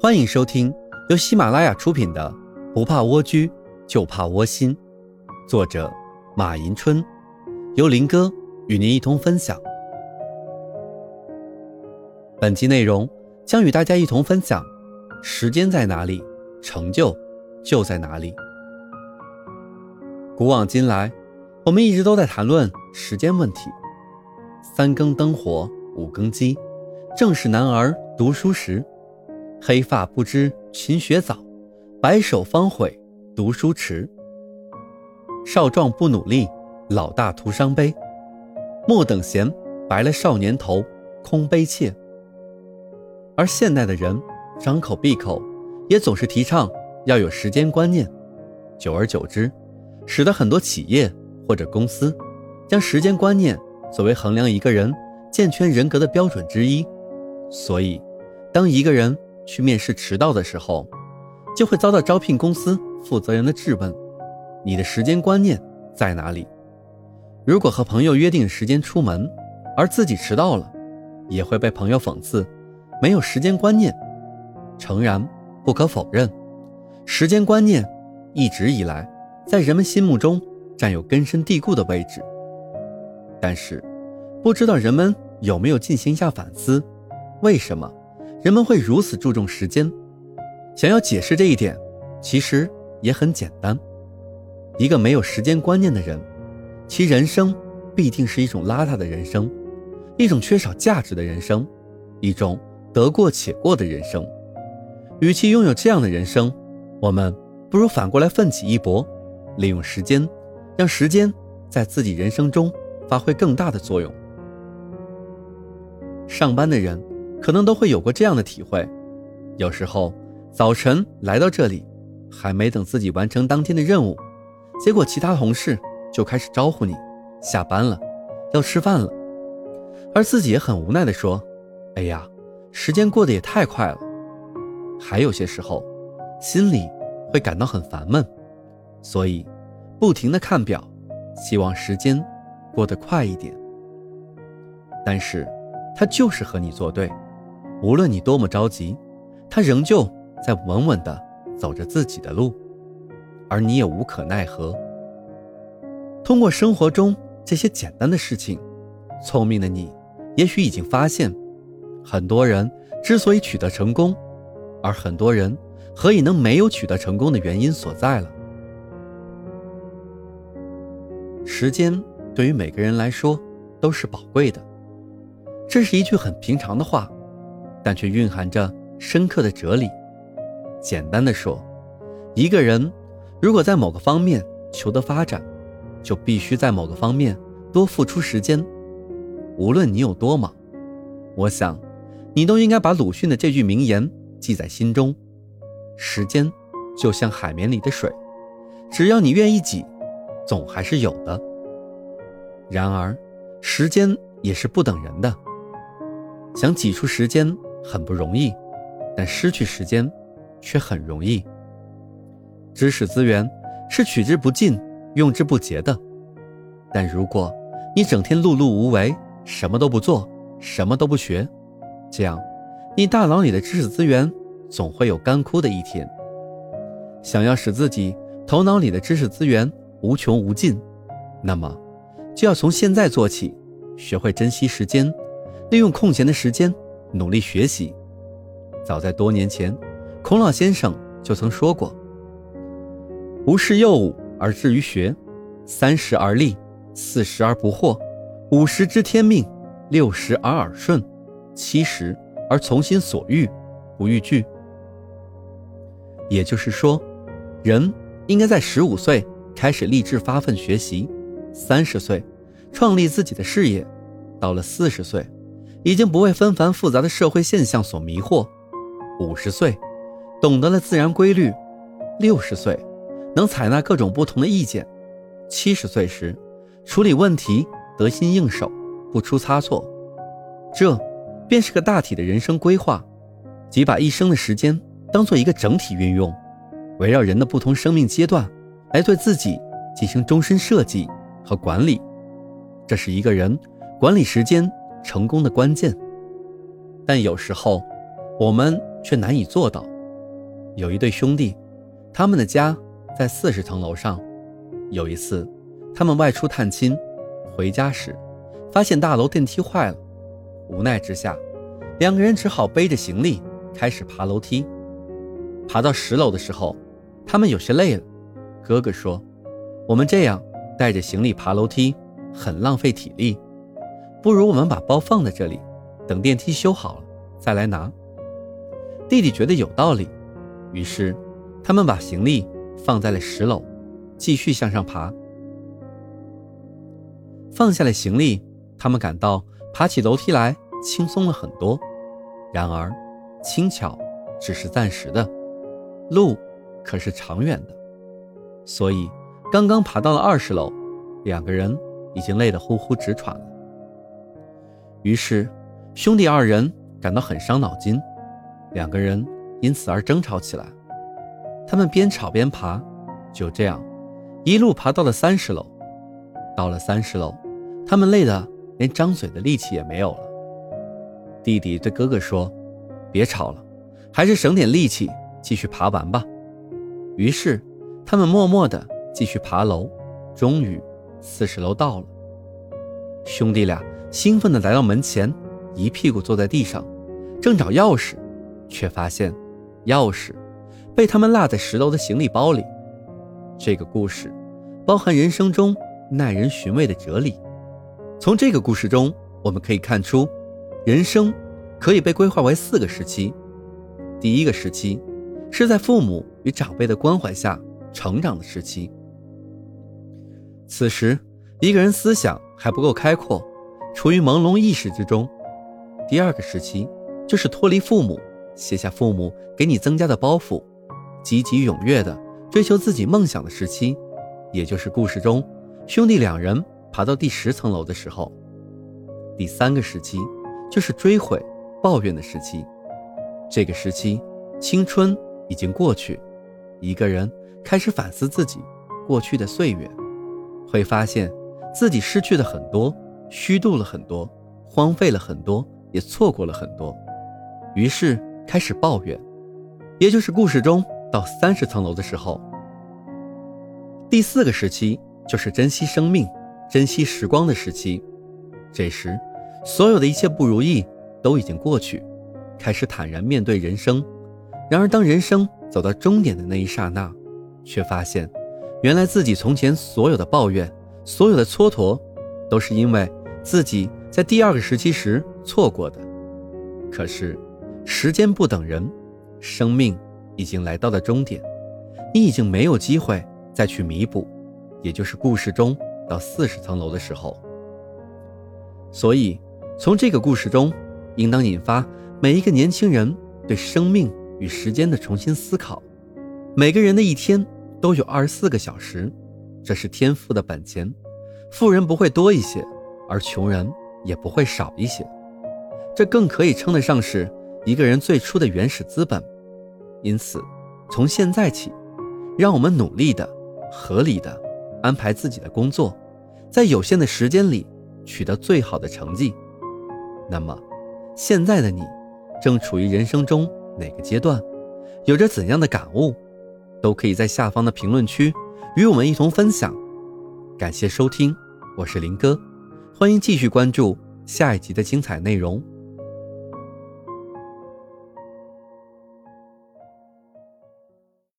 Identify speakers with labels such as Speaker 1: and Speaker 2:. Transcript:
Speaker 1: 欢迎收听由喜马拉雅出品的不怕蜗居就怕窝心，作者马迎春，由林哥与您一同分享。本期内容将与大家一同分享，时间在哪里，成就就在哪里。古往今来，我们一直都在谈论时间问题。三更灯火五更鸡，正是男儿读书时。黑发不知勤学早，白首方悔读书迟。少壮不努力，老大徒伤悲。莫等闲，白了少年头，空悲切。而现代的人张口闭口也总是提倡要有时间观念，久而久之，使得很多企业或者公司将时间观念作为衡量一个人健全人格的标准之一。所以当一个人去面试迟到的时候，就会遭到招聘公司负责人的质问，你的时间观念在哪里？如果和朋友约定时间出门，而自己迟到了，也会被朋友讽刺没有时间观念。诚然，不可否认，时间观念一直以来在人们心目中占有根深蒂固的位置。但是不知道人们有没有进行一下反思，为什么人们会如此注重时间？想要解释这一点，其实也很简单。一个没有时间观念的人，其人生必定是一种邋遢的人生，一种缺少价值的人生，一种得过且过的人生。与其拥有这样的人生，我们不如反过来奋起一搏，利用时间，让时间在自己人生中发挥更大的作用。上班的人可能都会有过这样的体会，有时候早晨来到这里，还没等自己完成当天的任务，结果其他同事就开始招呼你下班了，要吃饭了，而自己也很无奈地说，哎呀，时间过得也太快了。还有些时候心里会感到很烦闷，所以不停地看表，希望时间过得快一点。但是它就是和你作对，无论你多么着急，他仍旧在稳稳地走着自己的路，而你也无可奈何。通过生活中这些简单的事情，聪明的你也许已经发现，很多人之所以取得成功，而很多人何以能没有取得成功的原因所在了。时间对于每个人来说都是宝贵的，这是一句很平常的话，但却蕴含着深刻的哲理。简单的说，一个人如果在某个方面求得发展，就必须在某个方面多付出时间。无论你有多忙，我想你都应该把鲁迅的这句名言记在心中，时间就像海绵里的水，只要你愿意挤，总还是有的。然而时间也是不等人的，想挤出时间很不容易，但失去时间却很容易。知识资源是取之不尽用之不竭的，但如果你整天碌碌无为，什么都不做，什么都不学，这样你大脑里的知识资源总会有干枯的一天。想要使自己头脑里的知识资源无穷无尽，那么就要从现在做起，学会珍惜时间，利用空闲的时间努力学习。早在多年前，孔老先生就曾说过，无事幼吾而志于学，30而立，40而不惑，50知天命，60而耳顺，70而从心所欲，不逾矩。也就是说，人应该在15岁开始立志发奋学习，30岁创立自己的事业，到了40岁已经不为纷繁复杂的社会现象所迷惑，50岁懂得了自然规律，60岁能采纳各种不同的意见，70岁时处理问题得心应手，不出差错。这便是个大体的人生规划，即把一生的时间当做一个整体运用，围绕人的不同生命阶段来对自己进行终身设计和管理。这是一个人管理时间成功的关键。但有时候我们却难以做到。 有一对兄弟，他们的家在40层楼上。有一次，他们外出探亲，回家时发现大楼电梯坏了，无奈之下，两个人只好背着行李开始爬楼梯。爬到10楼的时候，他们有些累了。哥哥说，我们这样带着行李爬楼梯很浪费体力，不如我们把包放在这里，等电梯修好了再来拿。弟弟觉得有道理，于是他们把行李放在了10楼，继续向上爬。放下了行李，他们感到爬起楼梯来轻松了很多。然而轻巧只是暂时的，路可是长远的。所以刚刚爬到了20楼，两个人已经累得呼呼直喘了。于是兄弟二人感到很伤脑筋，两个人因此而争吵起来。他们边吵边爬，就这样一路爬到了30楼。到了30楼，他们累得连张嘴的力气也没有了。弟弟对哥哥说，别吵了，还是省点力气继续爬完吧。于是他们默默地继续爬楼，终于40楼到了。兄弟俩兴奋地来到门前，一屁股坐在地上，正找钥匙，却发现钥匙被他们落在10楼的行李包里。这个故事包含人生中耐人寻味的哲理。从这个故事中，我们可以看出，人生可以被规划为4个时期。第一个时期是在父母与长辈的关怀下成长的时期，此时一个人思想还不够开阔，处于朦胧意识之中。第二个时期就是脱离父母，卸下父母给你增加的包袱，积极踊跃地追求自己梦想的时期，也就是故事中兄弟两人爬到第10层楼的时候。第三个时期就是追悔抱怨的时期，这个时期青春已经过去，一个人开始反思自己过去的岁月，会发现自己失去了很多，虚度了很多，荒废了很多，也错过了很多，于是开始抱怨，也就是故事中到30层楼的时候。第4个时期就是珍惜生命，珍惜时光的时期，这时所有的一切不如意都已经过去，开始坦然面对人生。然而当人生走到终点的那一刹那，却发现原来自己从前所有的抱怨，所有的蹉跎，都是因为自己在第2个时期时错过的。可是时间不等人，生命已经来到了终点，你已经没有机会再去弥补，也就是故事中到40层楼的时候。所以从这个故事中应当引发每一个年轻人对生命与时间的重新思考。每个人的一天都有24个小时，这是天赋的本钱，富人不会多一些，而穷人也不会少一些，这更可以称得上是一个人最初的原始资本。因此从现在起，让我们努力的合理的安排自己的工作，在有限的时间里取得最好的成绩。那么现在的你正处于人生中哪个阶段，有着怎样的感悟，都可以在下方的评论区与我们一同分享。感谢收听，我是林哥，欢迎继续关注下一集的精彩内容。